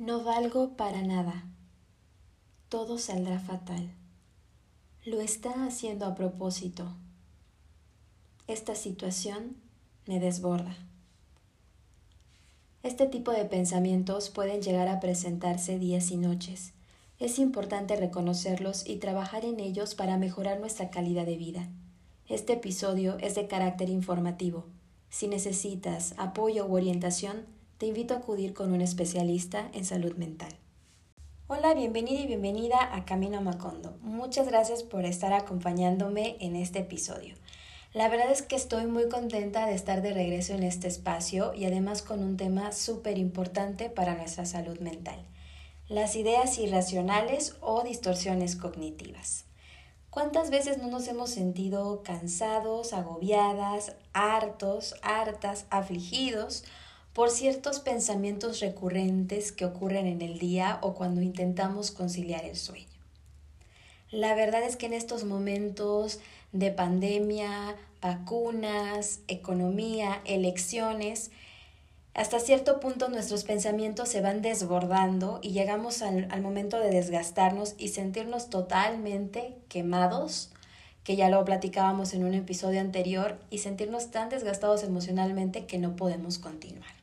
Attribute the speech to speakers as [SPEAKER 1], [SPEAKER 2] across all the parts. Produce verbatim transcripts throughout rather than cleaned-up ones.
[SPEAKER 1] No valgo para nada. Todo saldrá fatal. Lo está haciendo a propósito. Esta situación me desborda. Este tipo de pensamientos pueden llegar a presentarse días y noches. Es importante reconocerlos y trabajar en ellos para mejorar nuestra calidad de vida. Este episodio es de carácter informativo. Si necesitas apoyo u orientación, te invito a acudir con un especialista en salud mental. Hola, bienvenida y bienvenida a Camino a Macondo. Muchas gracias por estar acompañándome en este episodio. La verdad es que estoy muy contenta de estar de regreso en este espacio y además con un tema súper importante para nuestra salud mental: las ideas irracionales o distorsiones cognitivas. ¿Cuántas veces no nos hemos sentido cansados, agobiadas, hartos, hartas, afligidos por ciertos pensamientos recurrentes que ocurren en el día o cuando intentamos conciliar el sueño? La verdad es que en estos momentos de pandemia, vacunas, economía, elecciones, hasta cierto punto nuestros pensamientos se van desbordando y llegamos al, al momento de desgastarnos y sentirnos totalmente quemados, que ya lo platicábamos en un episodio anterior, y sentirnos tan desgastados emocionalmente que no podemos continuar.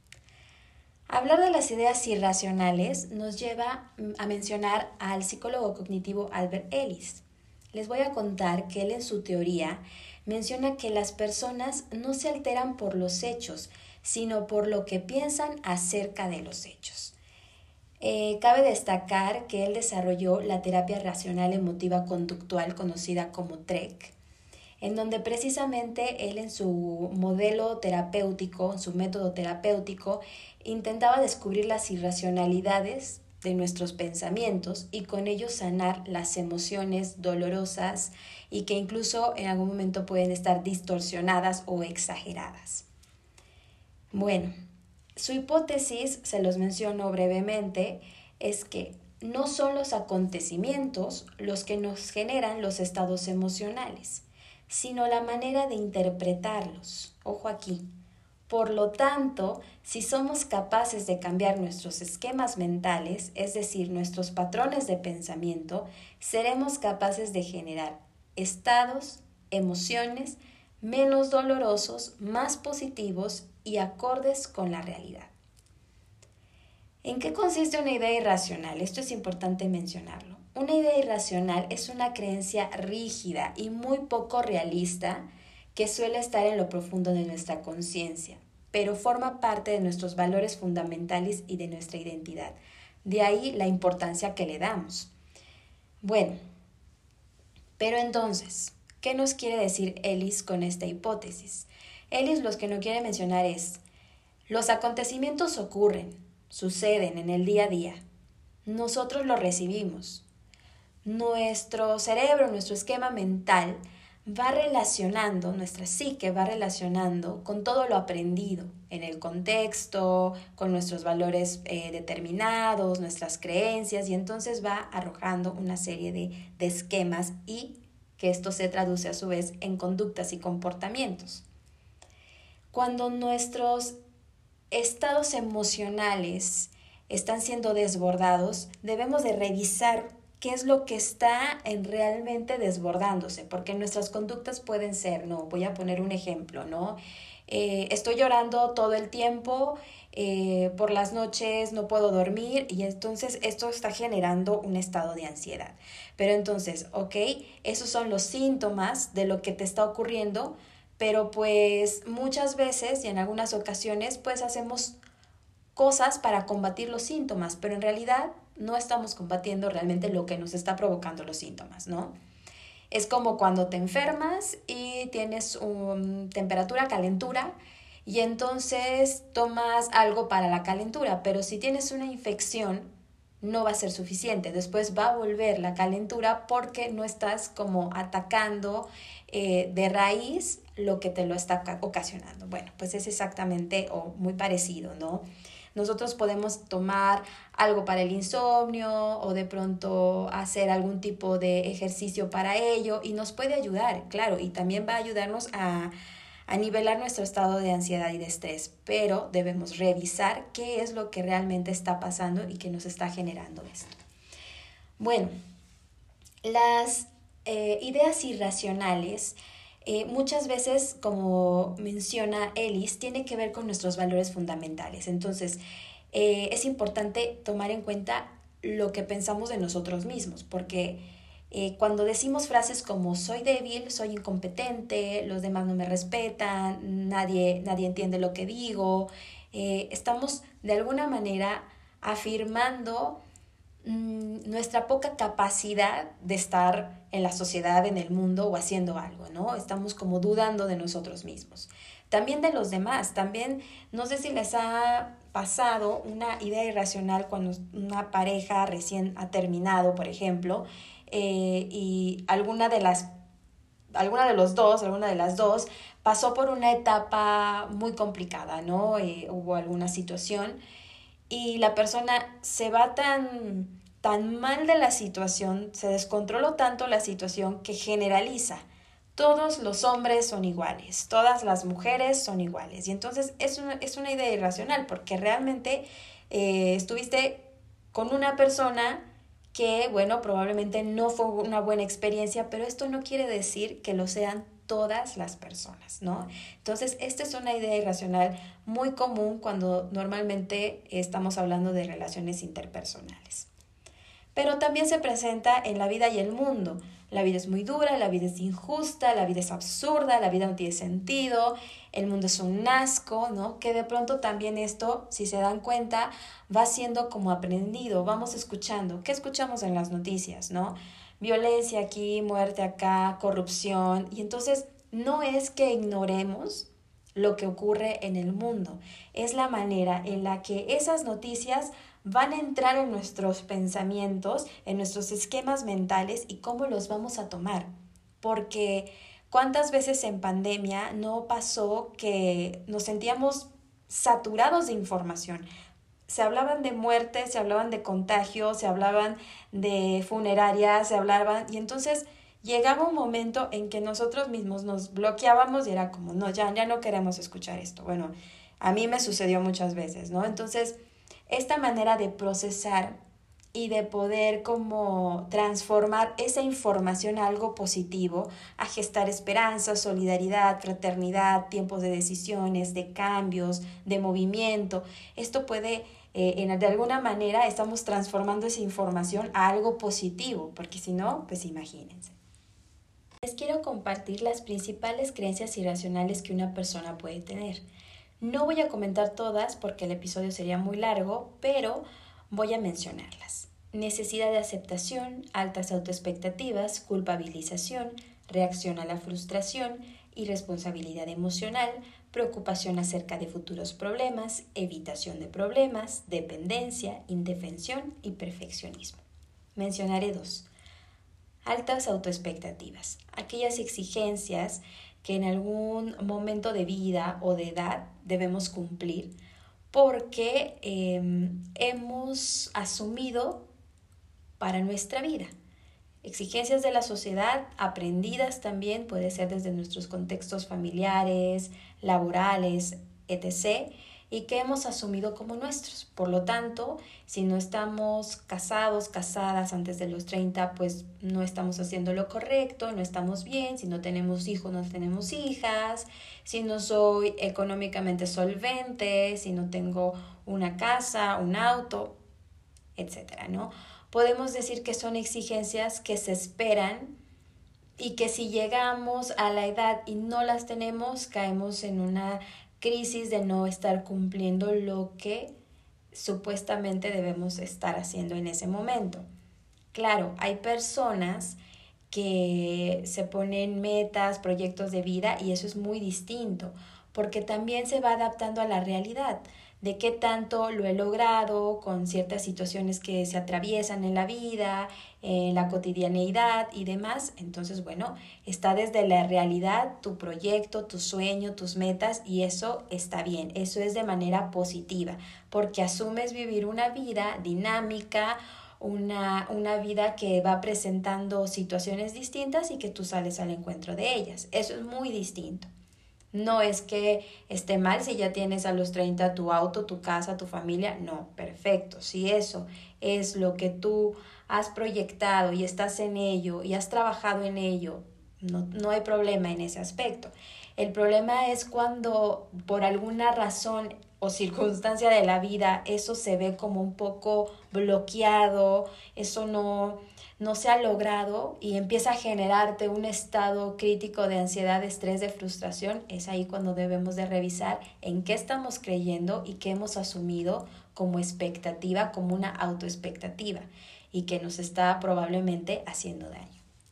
[SPEAKER 1] Hablar de las ideas irracionales nos lleva a mencionar al psicólogo cognitivo Albert Ellis. Les voy a contar que él en su teoría menciona que las personas no se alteran por los hechos, sino por lo que piensan acerca de los hechos. Eh, cabe destacar que él desarrolló la terapia racional emotiva conductual conocida como T R E C, en donde precisamente él en su modelo terapéutico, en su método terapéutico, intentaba descubrir las irracionalidades de nuestros pensamientos y con ello sanar las emociones dolorosas y que incluso en algún momento pueden estar distorsionadas o exageradas. Bueno, su hipótesis, se los menciono brevemente, es que no son los acontecimientos los que nos generan los estados emocionales, sino la manera de interpretarlos. Ojo aquí. Por lo tanto, si somos capaces de cambiar nuestros esquemas mentales, es decir, nuestros patrones de pensamiento, seremos capaces de generar estados, emociones menos dolorosos, más positivos y acordes con la realidad. ¿En qué consiste una idea irracional? Esto es importante mencionarlo. Una idea irracional es una creencia rígida y muy poco realista que suele estar en lo profundo de nuestra conciencia, pero forma parte de nuestros valores fundamentales y de nuestra identidad. De ahí la importancia que le damos. Bueno, pero entonces, ¿qué nos quiere decir Ellis con esta hipótesis? Ellis lo que nos quiere mencionar es: los acontecimientos ocurren, suceden en el día a día. Nosotros los recibimos. Nuestro cerebro, nuestro esquema mental va relacionando, nuestra psique va relacionando con todo lo aprendido en el contexto, con nuestros valores eh, determinados, nuestras creencias, y entonces va arrojando una serie de, de esquemas y que esto se traduce a su vez en conductas y comportamientos. Cuando nuestros estados emocionales están siendo desbordados, debemos de revisar qué es lo que está en realmente desbordándose, porque nuestras conductas pueden ser, no, voy a poner un ejemplo, ¿no? Eh, estoy llorando todo el tiempo, eh, por las noches no puedo dormir y entonces esto está generando un estado de ansiedad. Pero entonces, ok, esos son los síntomas de lo que te está ocurriendo, pero pues muchas veces y en algunas ocasiones pues hacemos cosas para combatir los síntomas, pero en realidad no estamos combatiendo realmente lo que nos está provocando los síntomas, ¿no? Es como cuando te enfermas y tienes um, temperatura, calentura, y entonces tomas algo para la calentura, pero si tienes una infección no va a ser suficiente. Después va a volver la calentura porque no estás como atacando eh, de raíz lo que te lo está ocasionando. Bueno, pues es exactamente o muy parecido, ¿no? Nosotros podemos tomar algo para el insomnio o de pronto hacer algún tipo de ejercicio para ello y nos puede ayudar, claro, y también va a ayudarnos a, a nivelar nuestro estado de ansiedad y de estrés, pero debemos revisar qué es lo que realmente está pasando y que nos está generando esto. Bueno, las eh, ideas irracionales eh, muchas veces, como menciona Ellis, tiene que ver con nuestros valores fundamentales. Entonces, eh, es importante tomar en cuenta lo que pensamos de nosotros mismos, porque eh, cuando decimos frases como soy débil, soy incompetente, los demás no me respetan, nadie, nadie entiende lo que digo, eh, estamos de alguna manera afirmando mmm, nuestra poca capacidad de estar en la sociedad, en el mundo o haciendo algo, ¿no? Estamos como dudando de nosotros mismos. También de los demás, también no sé si les ha pasado una idea irracional cuando una pareja recién ha terminado, por ejemplo, eh, y alguna de las, alguna de los dos, alguna de las dos pasó por una etapa muy complicada, ¿no? Eh, hubo alguna situación y la persona se va tan, tan mal de la situación, se descontroló tanto la situación que generaliza. Todos los hombres son iguales, todas las mujeres son iguales. Y entonces es una, es una idea irracional porque realmente eh, estuviste con una persona que, bueno, probablemente no fue una buena experiencia, pero esto no quiere decir que lo sean todas las personas, ¿no? Entonces, esta es una idea irracional muy común cuando normalmente estamos hablando de relaciones interpersonales. Pero también se presenta en la vida y el mundo. La vida es muy dura, la vida es injusta, la vida es absurda, la vida no tiene sentido, el mundo es un asco, ¿no? Que de pronto también esto, si se dan cuenta, va siendo como aprendido, vamos escuchando. ¿Qué escuchamos en las noticias, no? Violencia aquí, muerte acá, corrupción. Y entonces no es que ignoremos lo que ocurre en el mundo, es la manera en la que esas noticias van a entrar en nuestros pensamientos, en nuestros esquemas mentales y cómo los vamos a tomar. Porque cuántas veces en pandemia no pasó que nos sentíamos saturados de información. Se hablaban de muerte, se hablaban de contagios, se hablaban de funerarias, se hablaban y entonces llegaba un momento en que nosotros mismos nos bloqueábamos y era como, no, ya, ya no queremos escuchar esto. Bueno, a mí me sucedió muchas veces, ¿no? Entonces, esta manera de procesar y de poder como transformar esa información a algo positivo, a gestar esperanza, solidaridad, fraternidad, tiempos de decisiones, de cambios, de movimiento. Esto puede, eh, en, de alguna manera, estamos transformando esa información a algo positivo, porque si no, pues imagínense. Les quiero compartir las principales creencias irracionales que una persona puede tener. No voy a comentar todas porque el episodio sería muy largo, pero voy a mencionarlas. Necesidad de aceptación, altas autoexpectativas, culpabilización, reacción a la frustración, irresponsabilidad emocional, preocupación acerca de futuros problemas, evitación de problemas, dependencia, indefensión y perfeccionismo. Mencionaré dos. Altas autoexpectativas, aquellas exigencias que en algún momento de vida o de edad debemos cumplir porque eh, hemos asumido para nuestra vida. Exigencias de la sociedad aprendidas también, puede ser desde nuestros contextos familiares, laborales, etcétera, y que hemos asumido como nuestros. Por lo tanto, si no estamos casados, casadas antes de los treinta, pues no estamos haciendo lo correcto, no estamos bien. Si no tenemos hijos, no tenemos hijas. Si no soy económicamente solvente, si no tengo una casa, un auto, etcétera, ¿no? Podemos decir que son exigencias que se esperan y que si llegamos a la edad y no las tenemos, caemos en una crisis de no estar cumpliendo lo que supuestamente debemos estar haciendo en ese momento. Claro, hay personas que se ponen metas, proyectos de vida y eso es muy distinto porque también se va adaptando a la realidad de qué tanto lo he logrado con ciertas situaciones que se atraviesan en la vida, en la cotidianeidad y demás. Entonces, bueno, está desde la realidad tu proyecto, tu sueño, tus metas y eso está bien, eso es de manera positiva porque asumes vivir una vida dinámica, una, una vida que va presentando situaciones distintas y que tú sales al encuentro de ellas. Eso es muy distinto. No es que esté mal si ya tienes a los treinta tu auto, tu casa, tu familia. No, perfecto. Si eso es lo que tú has proyectado y estás en ello y has trabajado en ello, no, no hay problema en ese aspecto. El problema es cuando por alguna razón o circunstancia de la vida eso se ve como un poco bloqueado, eso no, no se ha logrado y empieza a generarte un estado crítico de ansiedad, de estrés, de frustración. Es ahí cuando debemos de revisar en qué estamos creyendo y qué hemos asumido como expectativa, como una autoexpectativa y que nos está probablemente haciendo daño.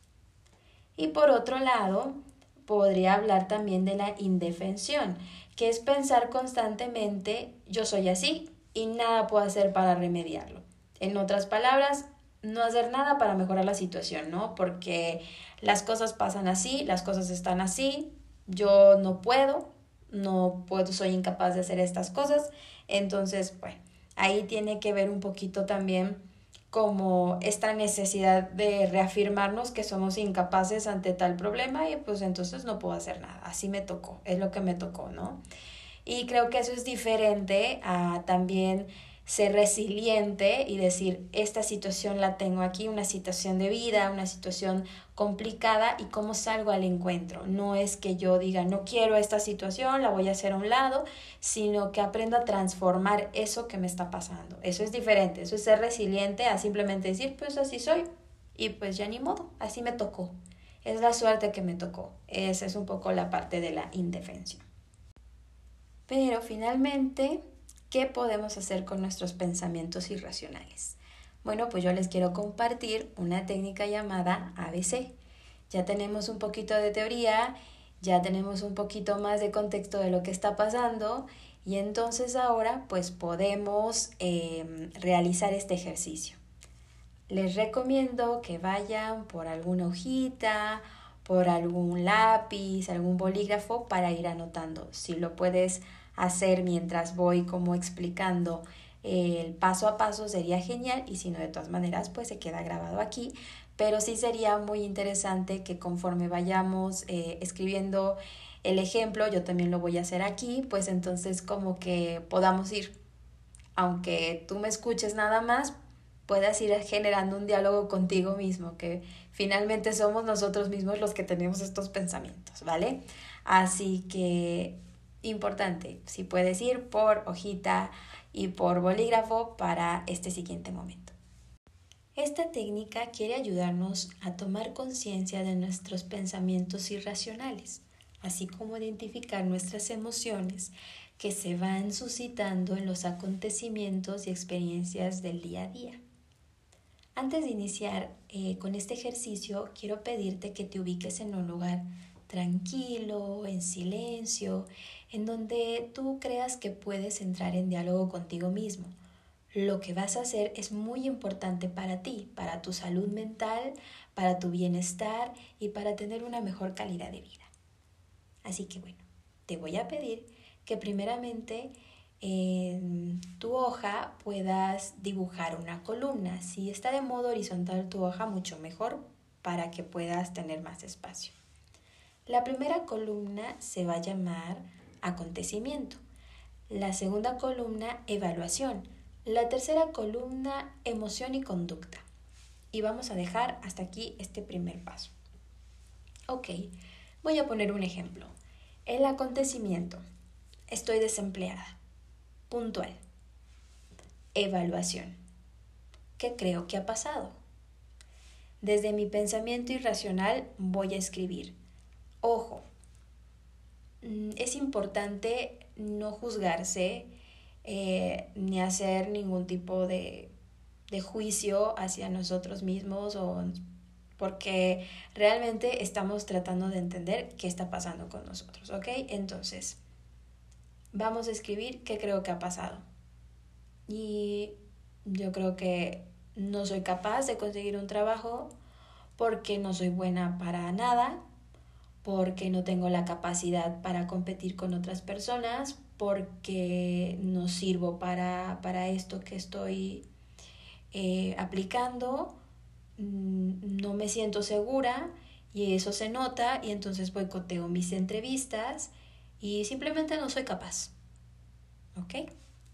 [SPEAKER 1] Y por otro lado, podría hablar también de la indefensión, que es pensar constantemente, yo soy así y nada puedo hacer para remediarlo. En otras palabras, no hacer nada para mejorar la situación, ¿no? Porque las cosas pasan así, las cosas están así, yo no puedo, no puedo, soy incapaz de hacer estas cosas. Entonces, bueno, ahí tiene que ver un poquito también como esta necesidad de reafirmarnos que somos incapaces ante tal problema y pues entonces no puedo hacer nada, así me tocó, es lo que me tocó, ¿no? Y creo que eso es diferente a también ser resiliente y decir, esta situación la tengo aquí, una situación de vida, una situación complicada y cómo salgo al encuentro. No es que yo diga, no quiero esta situación, la voy a hacer a un lado, sino que aprendo a transformar eso que me está pasando. Eso es diferente, eso es ser resiliente a simplemente decir, pues así soy y pues ya ni modo, así me tocó. Es la suerte que me tocó. Esa es un poco la parte de la indefensión. Pero finalmente, ¿qué podemos hacer con nuestros pensamientos irracionales? Bueno, pues yo les quiero compartir una técnica llamada A B C. Ya tenemos un poquito de teoría, ya tenemos un poquito más de contexto de lo que está pasando y entonces ahora pues podemos eh, realizar este ejercicio. Les recomiendo que vayan por alguna hojita, por algún lápiz, algún bolígrafo para ir anotando. Si lo puedes hacer mientras voy como explicando el paso a paso sería genial y si no de todas maneras pues se queda grabado aquí, pero sí sería muy interesante que conforme vayamos eh, escribiendo el ejemplo, yo también lo voy a hacer aquí, pues entonces como que podamos ir, aunque tú me escuches nada más, puedas ir generando un diálogo contigo mismo, que finalmente somos nosotros mismos los que tenemos estos pensamientos, ¿vale? Así que importante, si puedes ir por hojita y por bolígrafo para este siguiente momento. Esta técnica quiere ayudarnos a tomar conciencia de nuestros pensamientos irracionales, así como identificar nuestras emociones que se van suscitando en los acontecimientos y experiencias del día a día. Antes de iniciar eh, con este ejercicio, quiero pedirte que te ubiques en un lugar tranquilo, en silencio, en donde tú creas que puedes entrar en diálogo contigo mismo. Lo que vas a hacer es muy importante para ti, para tu salud mental, para tu bienestar y para tener una mejor calidad de vida. Así que bueno, te voy a pedir que primeramente en tu hoja puedas dibujar una columna. Si está de modo horizontal tu hoja, mucho mejor para que puedas tener más espacio. La primera columna se va a llamar acontecimiento. La segunda columna, evaluación. La tercera columna, emoción y conducta. Y vamos a dejar hasta aquí este primer paso. Ok, voy a poner un ejemplo. El acontecimiento. Estoy desempleada. Puntual. Evaluación. ¿Qué creo que ha pasado? Desde mi pensamiento irracional voy a escribir. Ojo, es importante no juzgarse eh, ni hacer ningún tipo de, de juicio hacia nosotros mismos o porque realmente estamos tratando de entender qué está pasando con nosotros, ¿ok? Entonces, vamos a escribir qué creo que ha pasado. Y yo creo que no soy capaz de conseguir un trabajo porque no soy buena para nada, porque no tengo la capacidad para competir con otras personas, porque no sirvo para, para esto que estoy eh, aplicando, no me siento segura y eso se nota y entonces boicoteo mis entrevistas y simplemente no soy capaz. ¿Ok?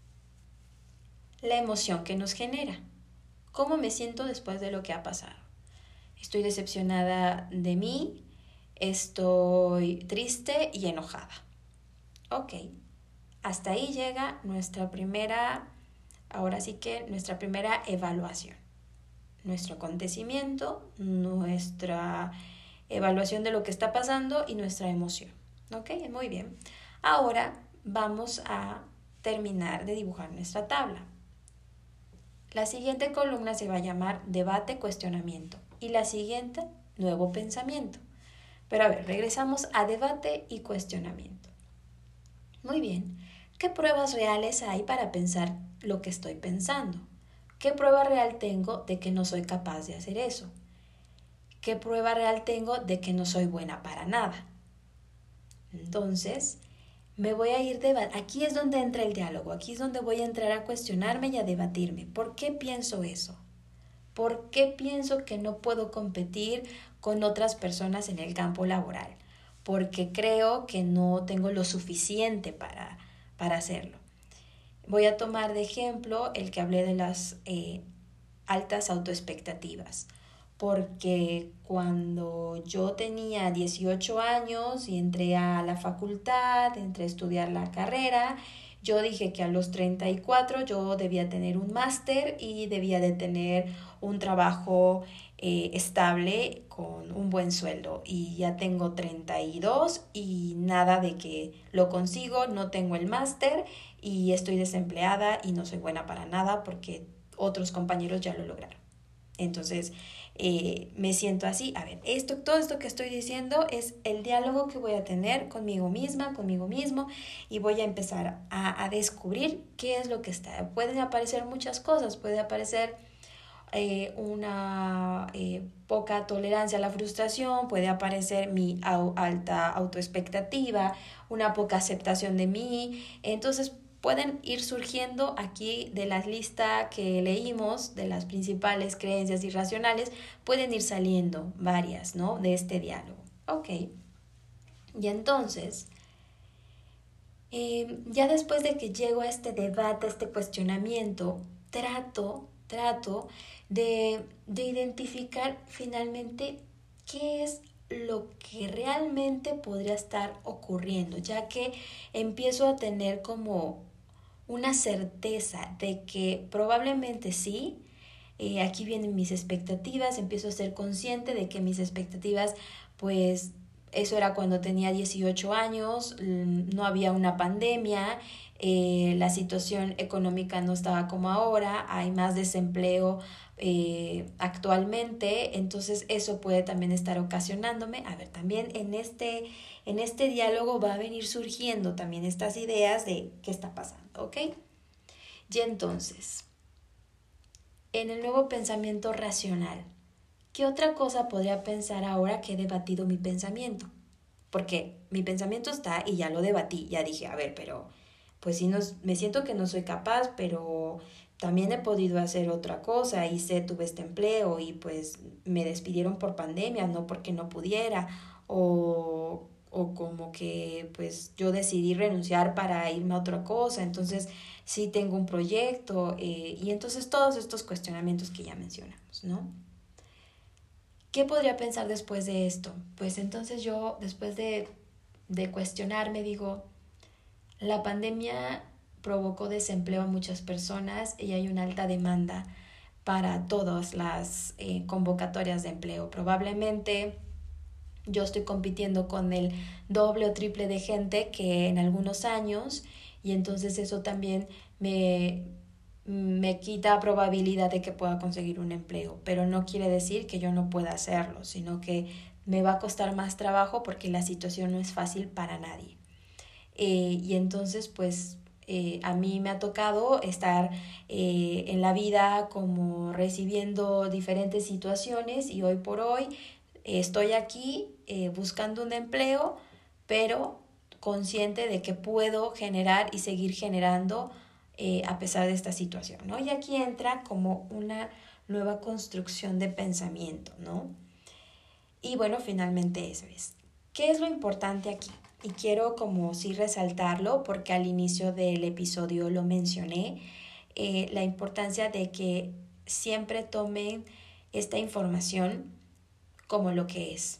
[SPEAKER 1] La emoción que nos genera. ¿Cómo me siento después de lo que ha pasado? Estoy decepcionada de mí, estoy triste y enojada. Ok, hasta ahí llega nuestra primera, ahora sí que nuestra primera evaluación. Nuestro acontecimiento, nuestra evaluación de lo que está pasando y nuestra emoción. Ok, muy bien. Ahora vamos a terminar de dibujar nuestra tabla. La siguiente columna se va a llamar debate, cuestionamiento y la siguiente, nuevo pensamiento. Pero a ver, regresamos a debate y cuestionamiento. Muy bien, ¿qué pruebas reales hay para pensar lo que estoy pensando? ¿Qué prueba real tengo de que no soy capaz de hacer eso? ¿Qué prueba real tengo de que no soy buena para nada? Entonces, me voy a ir debatiendo. Aquí es donde entra el diálogo, aquí es donde voy a entrar a cuestionarme y a debatirme. ¿Por qué pienso eso? ¿Por qué pienso que no puedo competir con otras personas en el campo laboral? Porque creo que no tengo lo suficiente para, para hacerlo. Voy a tomar de ejemplo el que hablé de las eh, altas autoexpectativas. Porque cuando yo tenía dieciocho años y entré a la facultad, entré a estudiar la carrera, yo dije que a los treinta y cuatro yo debía tener un máster y debía de tener un trabajo eh, estable con un buen sueldo. Y ya tengo treinta y dos y nada de que lo consigo, no tengo el máster y estoy desempleada y no soy buena para nada porque otros compañeros ya lo lograron. Entonces, eh, me siento así. A ver, esto, todo esto que estoy diciendo es el diálogo que voy a tener conmigo misma, conmigo mismo, y voy a empezar a, a descubrir qué es lo que está. Pueden aparecer muchas cosas, puede aparecer eh, una eh, poca tolerancia a la frustración, puede aparecer mi au- alta autoexpectativa, una poca aceptación de mí. Entonces, pueden ir surgiendo aquí de la lista que leímos de las principales creencias irracionales, pueden ir saliendo varias, ¿no? De este diálogo. Ok. Y entonces, eh, ya después de que llego a este debate, a este cuestionamiento, trato, trato de, de identificar finalmente qué es lo que realmente podría estar ocurriendo, ya que empiezo a tener como una certeza de que probablemente sí, eh, aquí vienen mis expectativas, empiezo a ser consciente de que mis expectativas, pues eso era cuando tenía dieciocho años, no había una pandemia, eh, la situación económica no estaba como ahora, hay más desempleo eh, actualmente, entonces eso puede también estar ocasionándome, a ver, también en este, en este diálogo va a venir surgiendo también estas ideas de qué está pasando, ¿ok? Y entonces, en el nuevo pensamiento racional, ¿qué otra cosa podría pensar ahora que he debatido mi pensamiento? Porque mi pensamiento está y ya lo debatí, ya dije, a ver, pero pues sí, no, me siento que no soy capaz, pero también he podido hacer otra cosa, hice, tuve este empleo y pues me despidieron por pandemia, no porque no pudiera, o, o como que pues yo decidí renunciar para irme a otra cosa, entonces sí tengo un proyecto eh, y entonces todos estos cuestionamientos que ya mencionamos, ¿no? ¿Qué podría pensar después de esto? Pues entonces yo, después de, de cuestionarme, digo, la pandemia provocó desempleo a muchas personas y hay una alta demanda para todas las eh, convocatorias de empleo. Probablemente yo estoy compitiendo con el doble o triple de gente que en algunos años y entonces eso también me, me quita probabilidad de que pueda conseguir un empleo, pero no quiere decir que yo no pueda hacerlo, sino que me va a costar más trabajo porque la situación no es fácil para nadie. Eh, y entonces, pues, eh, a mí me ha tocado estar eh, en la vida como recibiendo diferentes situaciones y hoy por hoy eh, estoy aquí eh, buscando un empleo, pero consciente de que puedo generar y seguir generando eh, a pesar de esta situación, ¿no? Y aquí entra como una nueva construcción de pensamiento, ¿no? Y bueno, finalmente eso es. ¿Qué es lo importante aquí? y quiero como sí resaltarlo porque al inicio del episodio lo mencioné, eh, la importancia de que siempre tomen esta información como lo que es.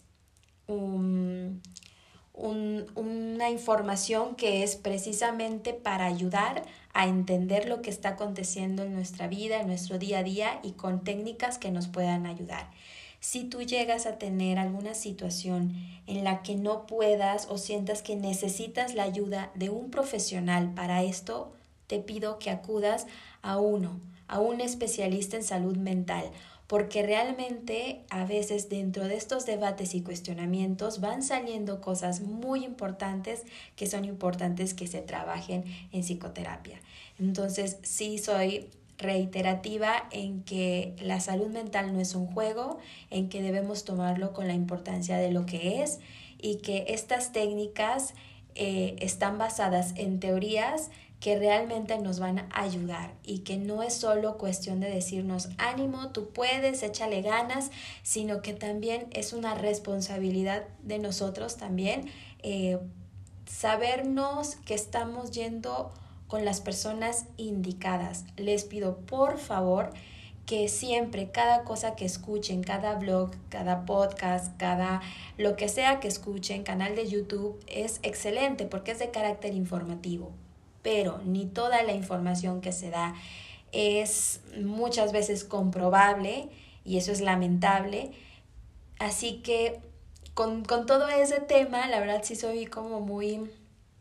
[SPEAKER 1] Un, un, una información que es precisamente para ayudar a entender lo que está aconteciendo en nuestra vida, en nuestro día a día y con técnicas que nos puedan ayudar. Si tú llegas a tener alguna situación en la que no puedas o sientas que necesitas la ayuda de un profesional para esto, te pido que acudas a uno, a un especialista en salud mental, porque realmente a veces dentro de estos debates y cuestionamientos van saliendo cosas muy importantes que son importantes que se trabajen en psicoterapia. Entonces, sí soy reiterativa en que la salud mental no es un juego, en que debemos tomarlo con la importancia de lo que es y que estas técnicas eh, están basadas en teorías que realmente nos van a ayudar y que no es solo cuestión de decirnos ánimo, tú puedes, échale ganas, sino que también es una responsabilidad de nosotros también eh, sabernos que estamos yendo con las personas indicadas. Les pido por favor que siempre, cada cosa que escuchen, cada blog, cada podcast, cada lo que sea que escuchen, canal de YouTube, es excelente porque es de carácter informativo. Pero ni toda la información que se da es muchas veces comprobable y eso es lamentable. Así que con, con todo ese tema, la verdad sí soy como muy,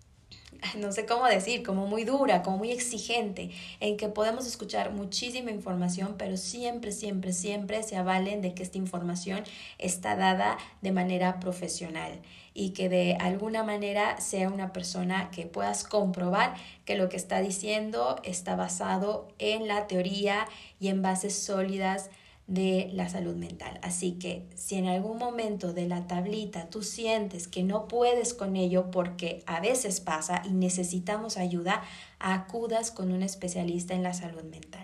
[SPEAKER 1] no sé cómo decir, como muy dura, como muy exigente, en que podemos escuchar muchísima información, pero siempre, siempre, siempre se avalen de que esta información está dada de manera profesional y que de alguna manera sea una persona que puedas comprobar que lo que está diciendo está basado en la teoría y en bases sólidas de la salud mental. Así que si en algún momento de la tablita tú sientes que no puedes con ello, porque a veces pasa y necesitamos ayuda, acudas con un especialista en la salud mental.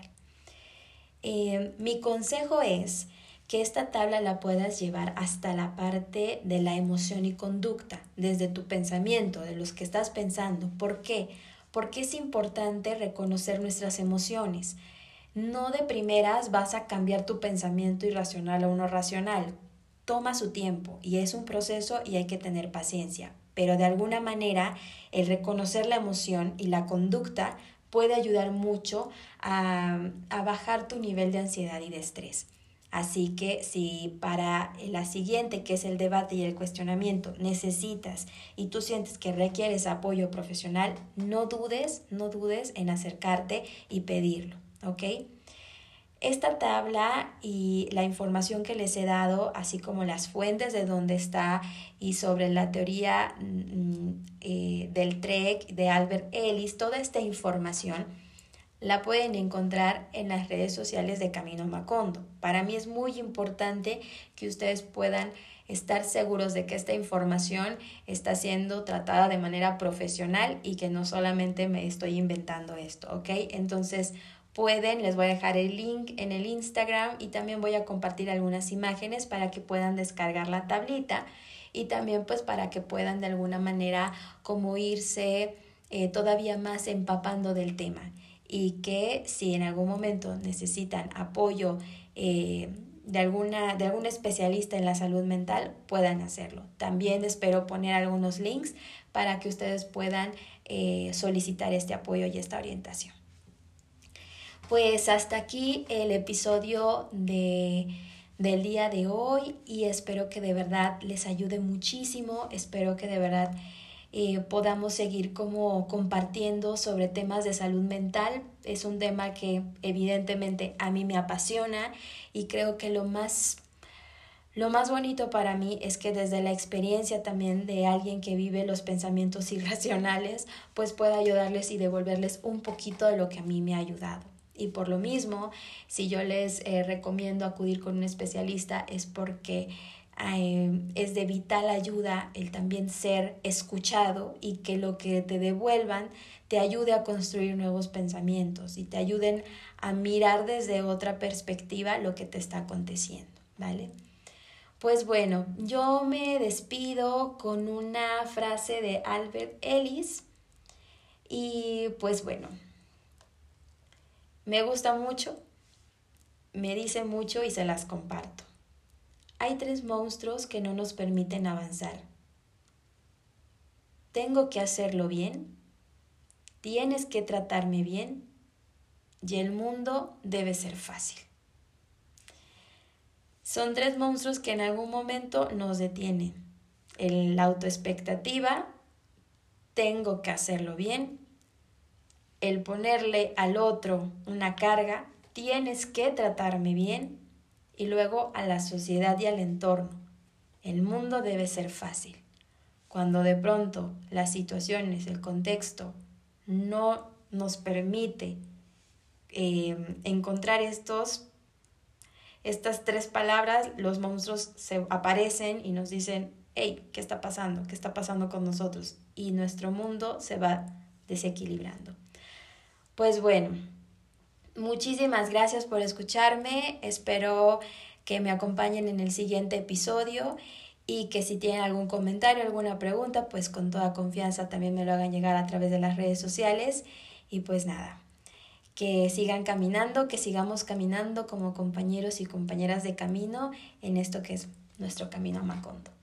[SPEAKER 1] Eh, mi consejo es que esta tabla la puedas llevar hasta la parte de la emoción y conducta, desde tu pensamiento, de los que estás pensando. ¿Por qué? Porque es importante reconocer nuestras emociones. No de primeras vas a cambiar tu pensamiento irracional a uno racional. Toma su tiempo y es un proceso y hay que tener paciencia. Pero de alguna manera el reconocer la emoción y la conducta puede ayudar mucho a, a bajar tu nivel de ansiedad y de estrés. Así que si para la siguiente, que es el debate y el cuestionamiento, necesitas y tú sientes que requieres apoyo profesional, no dudes, no dudes en acercarte y pedirlo. ¿Ok? Esta tabla y la información que les he dado, así como las fuentes de dónde está y sobre la teoría mm, eh, del T R E C de Albert Ellis, toda esta información la pueden encontrar en las redes sociales de Camino Macondo. Para mí es muy importante que ustedes puedan estar seguros de que esta información está siendo tratada de manera profesional y que no solamente me estoy inventando esto, ¿ok? Entonces pueden, les voy a dejar el link en el Instagram y también voy a compartir algunas imágenes para que puedan descargar la tablita y también pues para que puedan de alguna manera como irse eh, todavía más empapando del tema y que si en algún momento necesitan apoyo eh, de, alguna, de algún especialista en la salud mental, puedan hacerlo. También espero poner algunos links para que ustedes puedan eh, solicitar este apoyo y esta orientación. Pues hasta aquí el episodio de, del día de hoy y espero que de verdad les ayude muchísimo, espero que de verdad eh, podamos seguir como compartiendo sobre temas de salud mental. Es un tema que evidentemente a mí me apasiona y creo que lo más Lo más bonito para mí es que desde la experiencia también de alguien que vive los pensamientos irracionales, pues pueda ayudarles y devolverles un poquito de lo que a mí me ha ayudado. Y por lo mismo, si yo les eh, recomiendo acudir con un especialista es porque eh, es de vital ayuda el también ser escuchado y que lo que te devuelvan te ayude a construir nuevos pensamientos y te ayuden a mirar desde otra perspectiva lo que te está aconteciendo, ¿vale? Pues bueno, yo me despido con una frase de Albert Ellis y pues bueno, me gusta mucho, me dice mucho y se las comparto. Hay tres monstruos que no nos permiten avanzar. Tengo que hacerlo bien, tienes que tratarme bien y el mundo debe ser fácil. Son tres monstruos que en algún momento nos detienen. La autoexpectativa, tengo que hacerlo bien. El ponerle al otro una carga, tienes que tratarme bien. Y luego a la sociedad y al entorno. El mundo debe ser fácil. Cuando de pronto las situaciones, el contexto no nos permite eh, encontrar estos, estas tres palabras, los monstruos se aparecen y nos dicen, hey, ¿qué está pasando? ¿Qué está pasando con nosotros? Y nuestro mundo se va desequilibrando. Pues bueno, muchísimas gracias por escucharme. Espero que me acompañen en el siguiente episodio y que si tienen algún comentario, alguna pregunta, pues con toda confianza también me lo hagan llegar a través de las redes sociales. Y pues nada, que sigan caminando, que sigamos caminando como compañeros y compañeras de camino en esto que es nuestro camino a Macondo.